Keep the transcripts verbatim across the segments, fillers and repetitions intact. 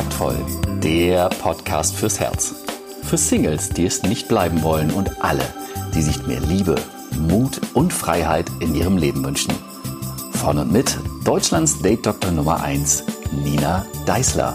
Kontaktvoll, der Podcast fürs Herz. Für Singles, die es nicht bleiben wollen und alle, die sich mehr Liebe, Mut und Freiheit in ihrem Leben wünschen. Von und mit Deutschlands Date-Doktor Nummer eins, Nina Deißler.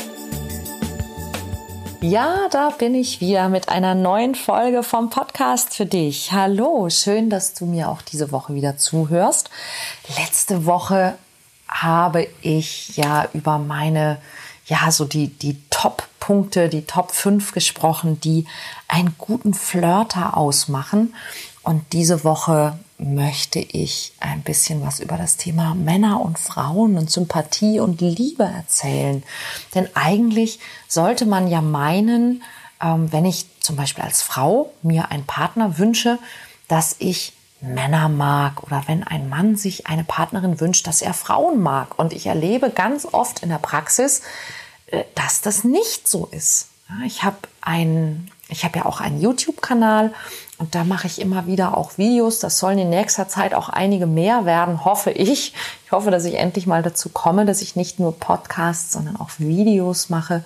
Ja, da bin ich wieder mit einer neuen Folge vom Podcast für dich. Hallo, schön, dass du mir auch diese Woche wieder zuhörst. Letzte Woche habe ich ja über meine, ja, so die, die Top-Punkte, die Top fünf gesprochen, die einen guten Flirter ausmachen. Und diese Woche möchte ich ein bisschen was über das Thema Männer und Frauen und Sympathie und Liebe erzählen. Denn eigentlich sollte man ja meinen, ähm, wenn ich zum Beispiel als Frau mir einen Partner wünsche, dass ich Männer mag oder wenn ein Mann sich eine Partnerin wünscht, dass er Frauen mag. Und ich erlebe ganz oft in der Praxis, dass das nicht so ist. Ich habe ein, ich habe ja auch einen YouTube-Kanal und da mache ich immer wieder auch Videos. Das sollen in nächster Zeit auch einige mehr werden, hoffe ich. Ich hoffe, dass ich endlich mal dazu komme, dass ich nicht nur Podcasts, sondern auch Videos mache.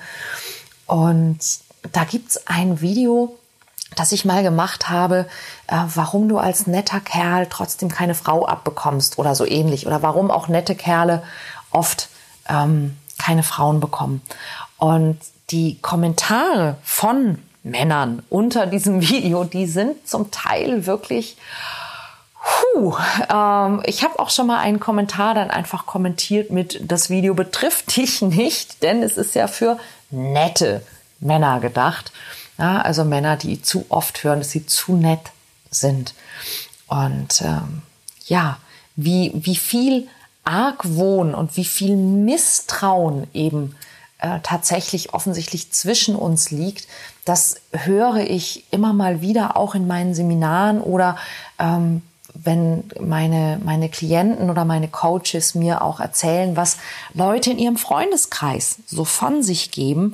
Und da gibt es ein Video, das ich mal gemacht habe, äh, warum du als netter Kerl trotzdem keine Frau abbekommst oder so ähnlich. Oder warum auch nette Kerle oft ähm, keine Frauen bekommen. Und die Kommentare von Männern unter diesem Video, die sind zum Teil wirklich, puh, ähm, ich habe auch schon mal einen Kommentar dann einfach kommentiert mit, das Video betrifft dich nicht, denn es ist ja für nette Männer gedacht. Ja, also Männer, die zu oft hören, dass sie zu nett sind. Und ähm, ja, wie, wie viel Argwohn und wie viel Misstrauen eben äh, tatsächlich offensichtlich zwischen uns liegt, das höre ich immer mal wieder auch in meinen Seminaren oder ähm, wenn meine, meine Klienten oder meine Coaches mir auch erzählen, was Leute in ihrem Freundeskreis so von sich geben.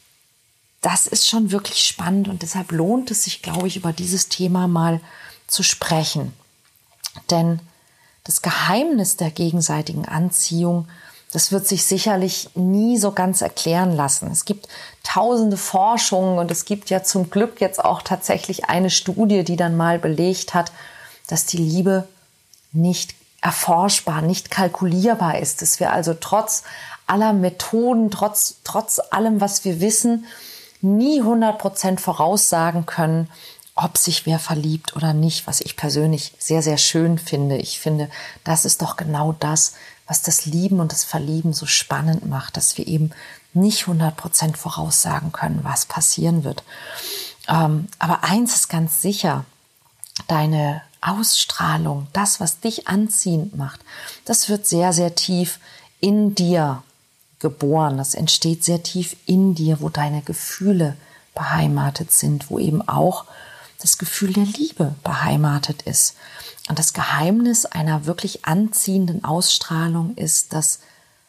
Das ist schon wirklich spannend und deshalb lohnt es sich, glaube ich, über dieses Thema mal zu sprechen. Denn das Geheimnis der gegenseitigen Anziehung, das wird sich sicherlich nie so ganz erklären lassen. Es gibt tausende Forschungen und es gibt ja zum Glück jetzt auch tatsächlich eine Studie, die dann mal belegt hat, dass die Liebe nicht erforschbar, nicht kalkulierbar ist. Dass wir also trotz aller Methoden, trotz, trotz allem, was wir wissen, nie hundert Prozent voraussagen können, ob sich wer verliebt oder nicht, was ich persönlich sehr, sehr schön finde. Ich finde, das ist doch genau das, was das Lieben und das Verlieben so spannend macht, dass wir eben nicht hundert Prozent voraussagen können, was passieren wird. Ähm, aber eins ist ganz sicher, deine Ausstrahlung, das, was dich anziehend macht, das wird sehr, sehr tief in dir geboren. Das entsteht sehr tief in dir, wo deine Gefühle beheimatet sind, wo eben auch das Gefühl der Liebe beheimatet ist. Und das Geheimnis einer wirklich anziehenden Ausstrahlung ist, dass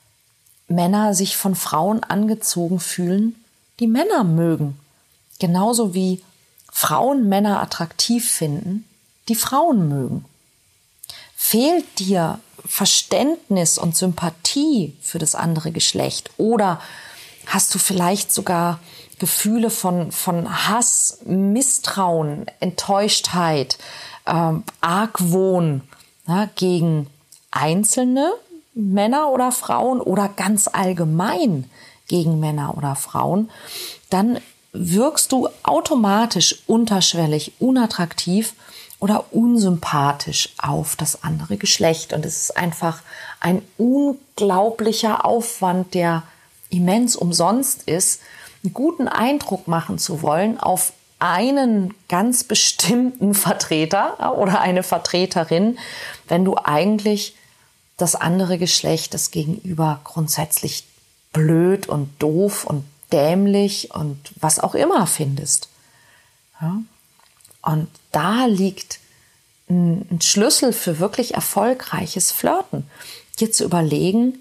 Männer sich von Frauen angezogen fühlen, die Männer mögen. Genauso wie Frauen Männer attraktiv finden, die Frauen mögen. Fehlt dir Verständnis und Sympathie für das andere Geschlecht oder hast du vielleicht sogar Gefühle von, von Hass, Misstrauen, Enttäuschtheit, ähm, Argwohn ja, gegen einzelne Männer oder Frauen oder ganz allgemein gegen Männer oder Frauen, dann wirkst du automatisch unterschwellig, unattraktiv oder unsympathisch auf das andere Geschlecht. Und es ist einfach ein unglaublicher Aufwand, der immens umsonst ist, einen guten Eindruck machen zu wollen auf einen ganz bestimmten Vertreter oder eine Vertreterin, wenn du eigentlich das andere Geschlecht, das Gegenüber grundsätzlich blöd und doof und dämlich und was auch immer findest. Ja? Und da liegt ein Schlüssel für wirklich erfolgreiches Flirten. Dir zu überlegen,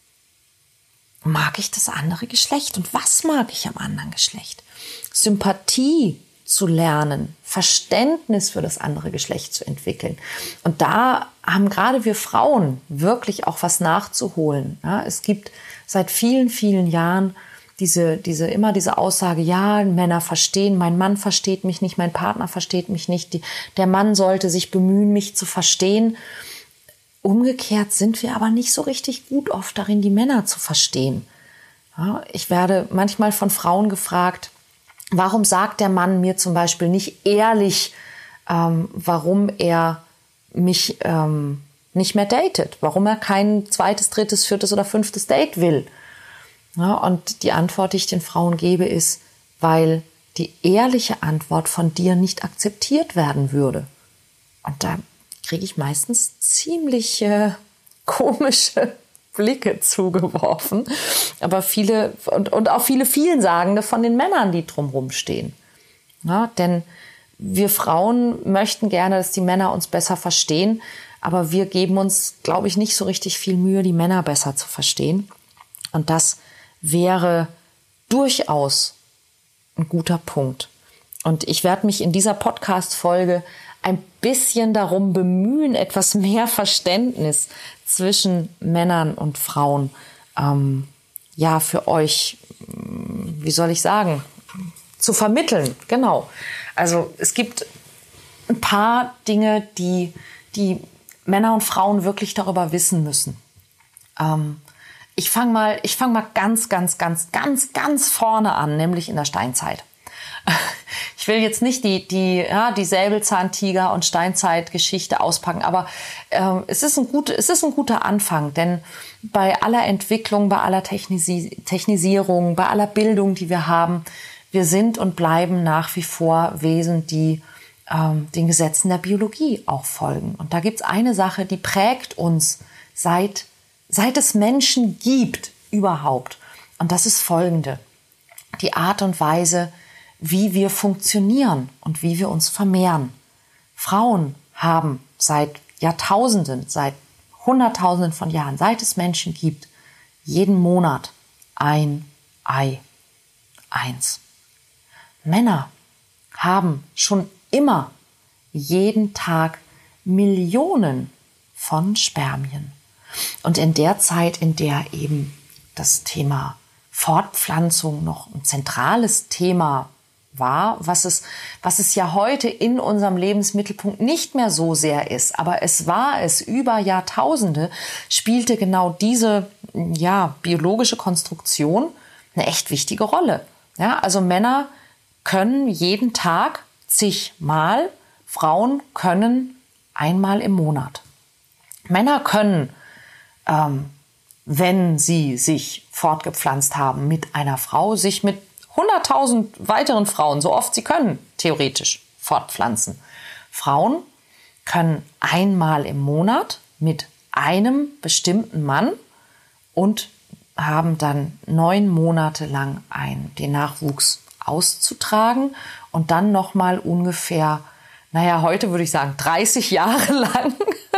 mag ich das andere Geschlecht und was mag ich am anderen Geschlecht? Sympathie zu lernen, Verständnis für das andere Geschlecht zu entwickeln. Und da haben gerade wir Frauen wirklich auch was nachzuholen. Ja, es gibt seit vielen, vielen Jahren diese, diese, immer diese Aussage, ja, Männer verstehen, mein Mann versteht mich nicht, mein Partner versteht mich nicht, die, der Mann sollte sich bemühen, mich zu verstehen. Umgekehrt sind wir aber nicht so richtig gut oft darin, die Männer zu verstehen. Ja, ich werde manchmal von Frauen gefragt, warum sagt der Mann mir zum Beispiel nicht ehrlich, ähm, warum er mich ähm, nicht mehr datet, warum er kein zweites, drittes, viertes oder fünftes Date will. Ja, und die Antwort, die ich den Frauen gebe, ist, weil die ehrliche Antwort von dir nicht akzeptiert werden würde. Und da kriege ich meistens ziemlich äh, komische Blicke zugeworfen. Aber viele, und, und auch viele Vielsagende von den Männern, die drumherum stehen. Ja, denn wir Frauen möchten gerne, dass die Männer uns besser verstehen, aber wir geben uns, glaube ich, nicht so richtig viel Mühe, die Männer besser zu verstehen. Und das wäre durchaus ein guter Punkt. Und ich werde mich in dieser Podcast-Folge ein bisschen darum bemühen, etwas mehr Verständnis zwischen Männern und Frauen, ähm, ja, für euch, wie soll ich sagen, zu vermitteln. Genau. Also es gibt ein paar Dinge, die, die Männer und Frauen wirklich darüber wissen müssen. Ähm, ich fange mal, ich fange mal ganz, ganz, ganz, ganz, ganz vorne an, nämlich in der Steinzeit. Ich will jetzt nicht die, die, ja, die Säbelzahntiger- und Steinzeitgeschichte auspacken, aber äh, es ist ein gut, es ist ein guter Anfang, denn bei aller Entwicklung, bei aller Technisi- Technisierung, bei aller Bildung, die wir haben, wir sind und bleiben nach wie vor Wesen, die ähm, den Gesetzen der Biologie auch folgen. Und da gibt's eine Sache, die prägt uns seit, seit es Menschen gibt überhaupt. Und das ist folgende: Die Art und Weise, wie wir funktionieren und wie wir uns vermehren. Frauen haben seit Jahrtausenden, seit Hunderttausenden von Jahren, seit es Menschen gibt, jeden Monat ein Ei. Eins. Männer haben schon immer jeden Tag Millionen von Spermien. Und in der Zeit, in der eben das Thema Fortpflanzung noch ein zentrales Thema war, was es, was es ja heute in unserem Lebensmittelpunkt nicht mehr so sehr ist, aber es war es über Jahrtausende, spielte genau diese, ja, biologische Konstruktion eine echt wichtige Rolle. Ja, also Männer können jeden Tag zigmal, Frauen können einmal im Monat. Männer können, ähm, wenn sie sich fortgepflanzt haben mit einer Frau, sich mit hunderttausend weiteren Frauen, so oft sie können, theoretisch fortpflanzen. Frauen können einmal im Monat mit einem bestimmten Mann und haben dann neun Monate lang ein, den Nachwuchs auszutragen und dann nochmal ungefähr, naja, heute würde ich sagen, dreißig Jahre lang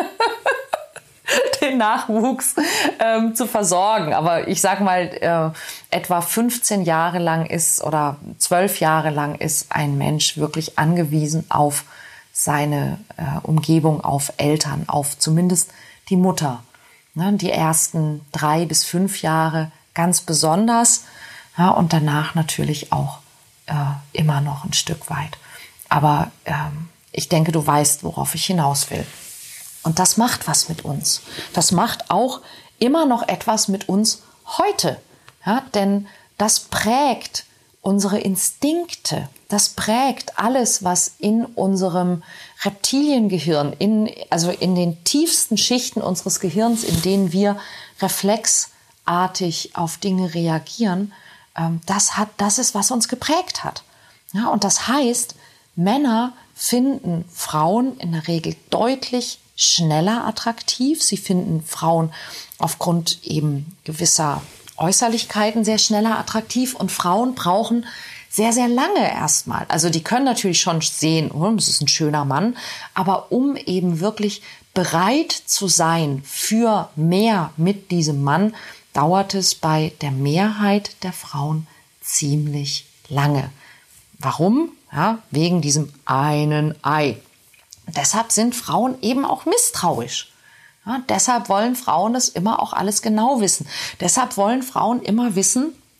den Nachwuchs ähm, zu versorgen. Aber ich sag mal, äh, etwa fünfzehn Jahre lang ist oder zwölf Jahre lang ist ein Mensch wirklich angewiesen auf seine äh, Umgebung, auf Eltern, auf zumindest die Mutter. Ne, die ersten drei bis fünf Jahre ganz besonders, ja, und danach natürlich auch äh, immer noch ein Stück weit. Aber ähm, ich denke, du weißt, worauf ich hinaus will. Und das macht was mit uns. Das macht auch immer noch etwas mit uns heute. Ja, denn das prägt unsere Instinkte. Das prägt alles, was in unserem Reptiliengehirn, in, also in den tiefsten Schichten unseres Gehirns, in denen wir reflexartig auf Dinge reagieren, ähm, das hat, das ist, was uns geprägt hat. Ja, und das heißt, Männer finden Frauen in der Regel deutlich schneller attraktiv. Sie finden Frauen aufgrund eben gewisser Äußerlichkeiten sehr schneller attraktiv und Frauen brauchen sehr, sehr lange erstmal. Also die können natürlich schon sehen, oh, das ist ein schöner Mann, aber um eben wirklich bereit zu sein für mehr mit diesem Mann, dauert es bei der Mehrheit der Frauen ziemlich lange. Warum? Ja, wegen diesem einen Ei. Deshalb sind Frauen eben auch misstrauisch. Ja, deshalb wollen Frauen das immer auch alles genau wissen. Deshalb wollen Frauen immer wissen,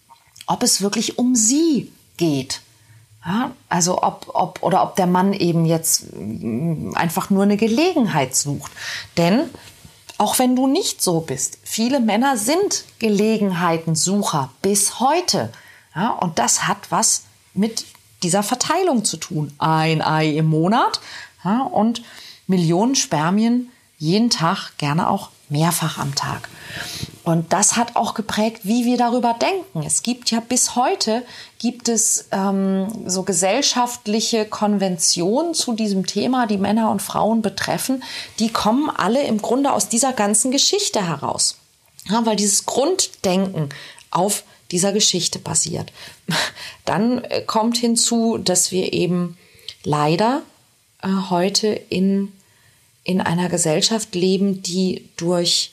ob es wirklich um sie geht. Ja, also ob, ob, oder ob der Mann eben jetzt einfach nur eine Gelegenheit sucht. Denn auch wenn du nicht so bist, viele Männer sind Gelegenheitensucher bis heute. Ja, und das hat was mit dieser Verteilung zu tun. Ein Ei im Monat, ja, und Millionen Spermien jeden Tag, gerne auch mehrfach am Tag. Und das hat auch geprägt, wie wir darüber denken. Es gibt ja bis heute, gibt es ähm, so gesellschaftliche Konventionen zu diesem Thema, die Männer und Frauen betreffen. Die kommen alle im Grunde aus dieser ganzen Geschichte heraus. Ja, weil dieses Grunddenken auf dieser Geschichte basiert. Dann äh, kommt hinzu, dass wir eben leider äh, heute in, in einer Gesellschaft leben, die durch,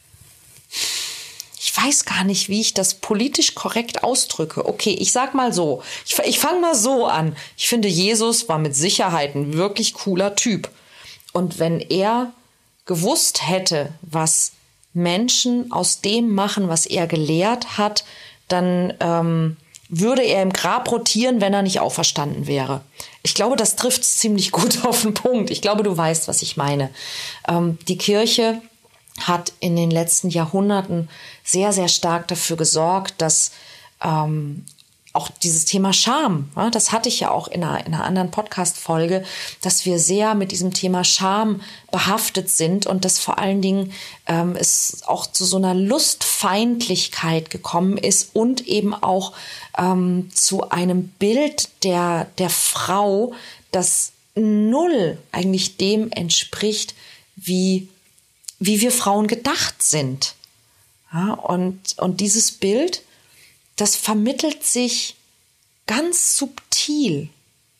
ich weiß gar nicht, wie ich das politisch korrekt ausdrücke. Okay, ich sag mal so, ich, ich fange mal so an. Ich finde, Jesus war mit Sicherheit ein wirklich cooler Typ. Und wenn er gewusst hätte, was Menschen aus dem machen, was er gelehrt hat, dann ähm, würde er im Grab rotieren, wenn er nicht auferstanden wäre. Ich glaube, das trifft es ziemlich gut auf den Punkt. Ich glaube, du weißt, was ich meine. Ähm, die Kirche hat in den letzten Jahrhunderten sehr, sehr stark dafür gesorgt, dass ähm, auch dieses Thema Scham, ja, das hatte ich ja auch in einer, in einer anderen Podcast-Folge, dass wir sehr mit diesem Thema Scham behaftet sind und dass vor allen Dingen ähm, es auch zu so einer Lustfeindlichkeit gekommen ist und eben auch ähm, zu einem Bild der, der Frau, das null eigentlich dem entspricht, wie, wie wir Frauen gedacht sind. Ja, und, und dieses Bild, das vermittelt sich ganz subtil.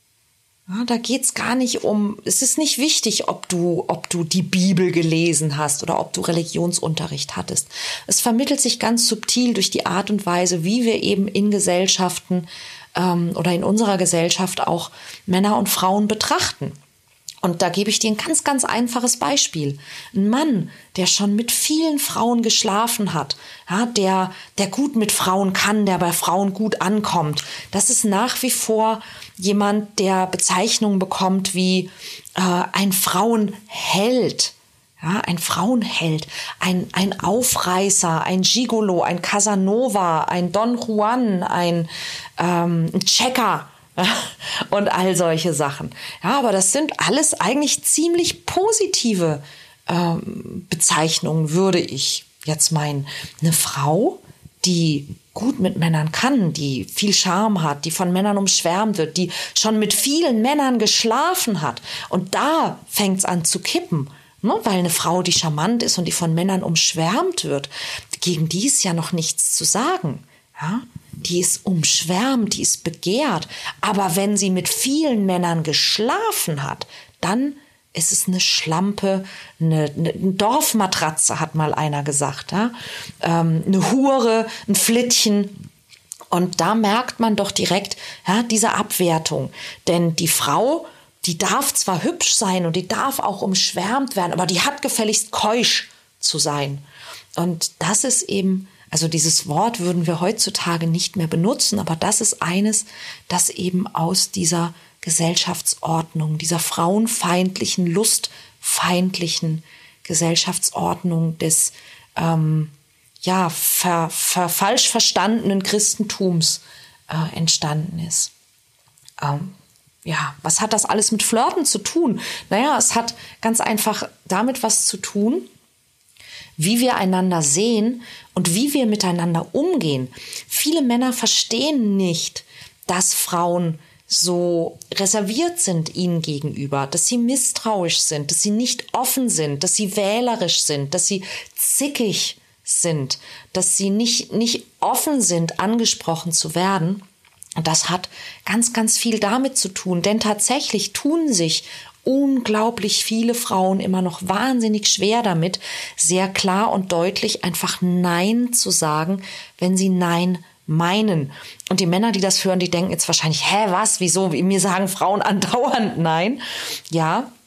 Ja, da geht's gar nicht um, es ist nicht wichtig, ob du, ob du die Bibel gelesen hast oder ob du Religionsunterricht hattest. Es vermittelt sich ganz subtil durch die Art und Weise, wie wir eben in Gesellschaften ähm, oder in unserer Gesellschaft auch Männer und Frauen betrachten. Und da gebe ich dir ein ganz, ganz einfaches Beispiel. Ein Mann, der schon mit vielen Frauen geschlafen hat, ja, der, der gut mit Frauen kann, der bei Frauen gut ankommt, das ist nach wie vor jemand, der Bezeichnungen bekommt wie äh, ein Frauenheld. Ja, ein Frauenheld, ein, ein Aufreißer, ein Gigolo, ein Casanova, ein Don Juan, ein, ähm, ein Checker. Und all solche Sachen. Ja, aber das sind alles eigentlich ziemlich positive ähm, Bezeichnungen, würde ich jetzt meinen. Eine Frau, die gut mit Männern kann, die viel Charme hat, die von Männern umschwärmt wird, die schon mit vielen Männern geschlafen hat. Und da fängt es an zu kippen. Ne? Weil eine Frau, die charmant ist und die von Männern umschwärmt wird, gegen die ist ja noch nichts zu sagen. Ja? Die ist umschwärmt, die ist begehrt. Aber wenn sie mit vielen Männern geschlafen hat, dann ist es eine Schlampe, eine, eine Dorfmatratze, hat mal einer gesagt. Ja? Ähm, eine Hure, ein Flittchen. Und da merkt man doch direkt ja, diese Abwertung. Denn die Frau, die darf zwar hübsch sein und die darf auch umschwärmt werden, aber die hat gefälligst keusch zu sein. Und das ist eben... Also dieses Wort würden wir heutzutage nicht mehr benutzen, aber das ist eines, das eben aus dieser Gesellschaftsordnung, dieser frauenfeindlichen, lustfeindlichen Gesellschaftsordnung des ähm, ja, ver, ver, falsch verstandenen Christentums äh, entstanden ist. Ähm, ja, was hat das alles mit Flirten zu tun? Naja, es hat ganz einfach damit was zu tun, wie wir einander sehen und wie wir miteinander umgehen. Viele Männer verstehen nicht, dass Frauen so reserviert sind ihnen gegenüber, dass sie misstrauisch sind, dass sie nicht offen sind, dass sie wählerisch sind, dass sie zickig sind, dass sie nicht, nicht offen sind, angesprochen zu werden. Und das hat ganz, ganz viel damit zu tun, denn tatsächlich tun sich unglaublich viele Frauen immer noch wahnsinnig schwer damit, sehr klar und deutlich einfach Nein zu sagen, wenn sie Nein meinen. Und die Männer, die das hören, die denken jetzt wahrscheinlich, hä, was, wieso? Mir sagen Frauen andauernd Nein. Ja,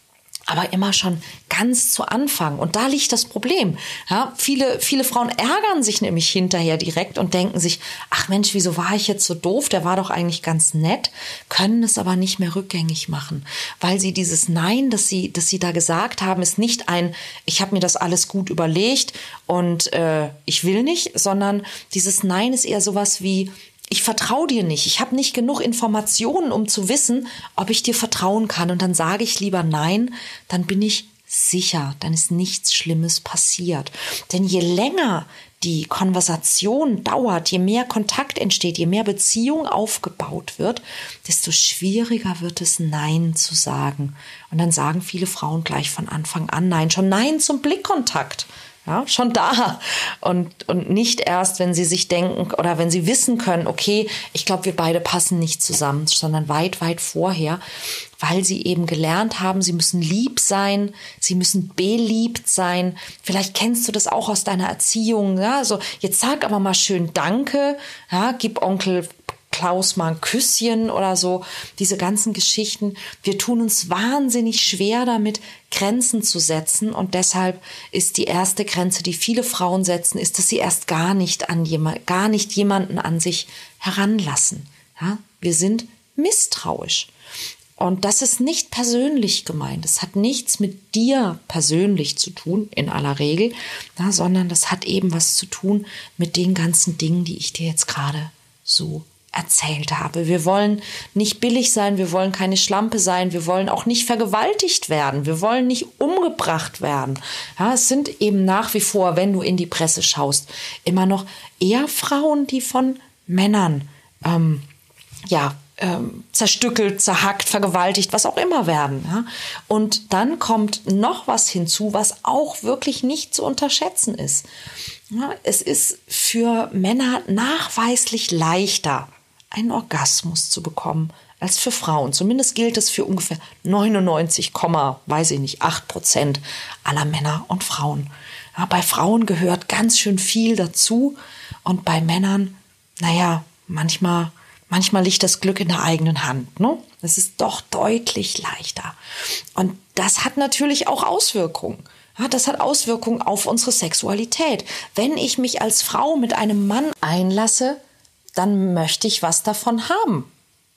aber immer schon ganz zu Anfang. Und da liegt das Problem. Ja, viele, viele Frauen ärgern sich nämlich hinterher direkt und denken sich, ach Mensch, wieso war ich jetzt so doof? Der war doch eigentlich ganz nett, können es aber nicht mehr rückgängig machen, weil sie dieses Nein, das sie, das sie da gesagt haben, ist nicht ein, ich habe mir das alles gut überlegt und äh, ich will nicht, sondern dieses Nein ist eher sowas wie, ich vertraue dir nicht. Ich habe nicht genug Informationen, um zu wissen, ob ich dir vertrauen kann. Und dann sage ich lieber nein, dann bin ich sicher, dann ist nichts Schlimmes passiert. Denn je länger die Konversation dauert, je mehr Kontakt entsteht, je mehr Beziehung aufgebaut wird, desto schwieriger wird es, Nein zu sagen. Und dann sagen viele Frauen gleich von Anfang an Nein, schon Nein zum Blickkontakt. Ja, schon da und, und nicht erst, wenn sie sich denken oder wenn sie wissen können, okay, ich glaube, wir beide passen nicht zusammen, sondern weit, weit vorher, weil sie eben gelernt haben, sie müssen lieb sein, sie müssen beliebt sein. Vielleicht kennst du das auch aus deiner Erziehung. Ja, so, jetzt sag aber mal schön Danke, ja, gib Onkel Klaus mal ein Küsschen oder so, diese ganzen Geschichten. Wir tun uns wahnsinnig schwer damit, Grenzen zu setzen und deshalb ist die erste Grenze, die viele Frauen setzen, ist, dass sie erst gar nicht an jemand, gar nicht jemanden an sich heranlassen. Ja? Wir sind misstrauisch. Und das ist nicht persönlich gemeint. Das hat nichts mit dir persönlich zu tun, in aller Regel, ja, sondern das hat eben was zu tun mit den ganzen Dingen, die ich dir jetzt gerade so erzählt habe. Wir wollen nicht billig sein, wir wollen keine Schlampe sein, wir wollen auch nicht vergewaltigt werden, wir wollen nicht umgebracht werden. Ja, es sind eben nach wie vor, wenn du in die Presse schaust, immer noch eher Frauen, die von Männern ähm, ja, ähm, zerstückelt, zerhackt, vergewaltigt, was auch immer werden. Ja? Und dann kommt noch was hinzu, was auch wirklich nicht zu unterschätzen ist. Ja, es ist für Männer nachweislich leichter, einen Orgasmus zu bekommen, als für Frauen. Zumindest gilt es für ungefähr neunundneunzig, weiß ich nicht, acht Prozent aller Männer und Frauen. Ja, bei Frauen gehört ganz schön viel dazu und bei Männern, naja, manchmal, manchmal liegt das Glück in der eigenen Hand. Ne? Es ist doch deutlich leichter. Und das hat natürlich auch Auswirkungen. Ja, das hat Auswirkungen auf unsere Sexualität. Wenn ich mich als Frau mit einem Mann einlasse, dann möchte ich was davon haben.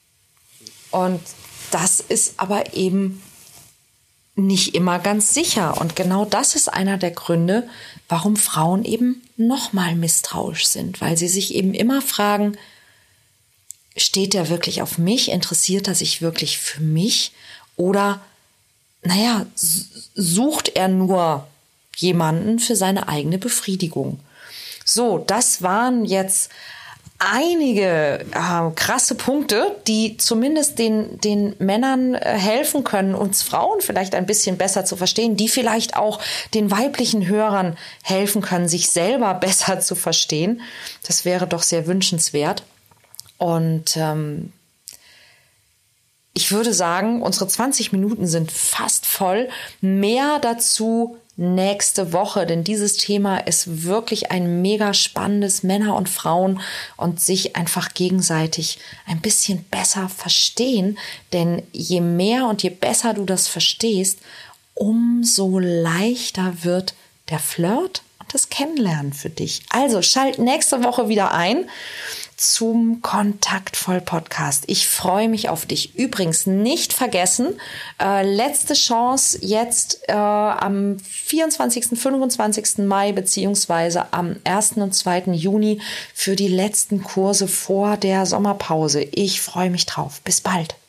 Und das ist aber eben nicht immer ganz sicher. Und genau das ist einer der Gründe, warum Frauen eben nochmal misstrauisch sind. Weil sie sich eben immer fragen, steht er wirklich auf mich? Interessiert er sich wirklich für mich? Oder, naja, sucht er nur jemanden für seine eigene Befriedigung? So, das waren jetzt einige äh, krasse Punkte, die zumindest den, den Männern äh, helfen können, uns Frauen vielleicht ein bisschen besser zu verstehen, die vielleicht auch den weiblichen Hörern helfen können, sich selber besser zu verstehen. Das wäre doch sehr wünschenswert. Und ähm, ich würde sagen, unsere zwanzig Minuten sind fast voll. Mehr dazu nächste Woche, denn dieses Thema ist wirklich ein mega spannendes, Männer und Frauen und sich einfach gegenseitig ein bisschen besser verstehen. Denn je mehr und je besser du das verstehst, umso leichter wird der Flirt und das Kennenlernen für dich. Also schalt nächste Woche wieder ein zum Kontaktvoll-Podcast. Ich freue mich auf dich. Übrigens nicht vergessen, äh, letzte Chance jetzt äh, am vierundzwanzigsten, fünfundzwanzigsten Mai beziehungsweise am ersten und zweiten Juni für die letzten Kurse vor der Sommerpause. Ich freue mich drauf. Bis bald.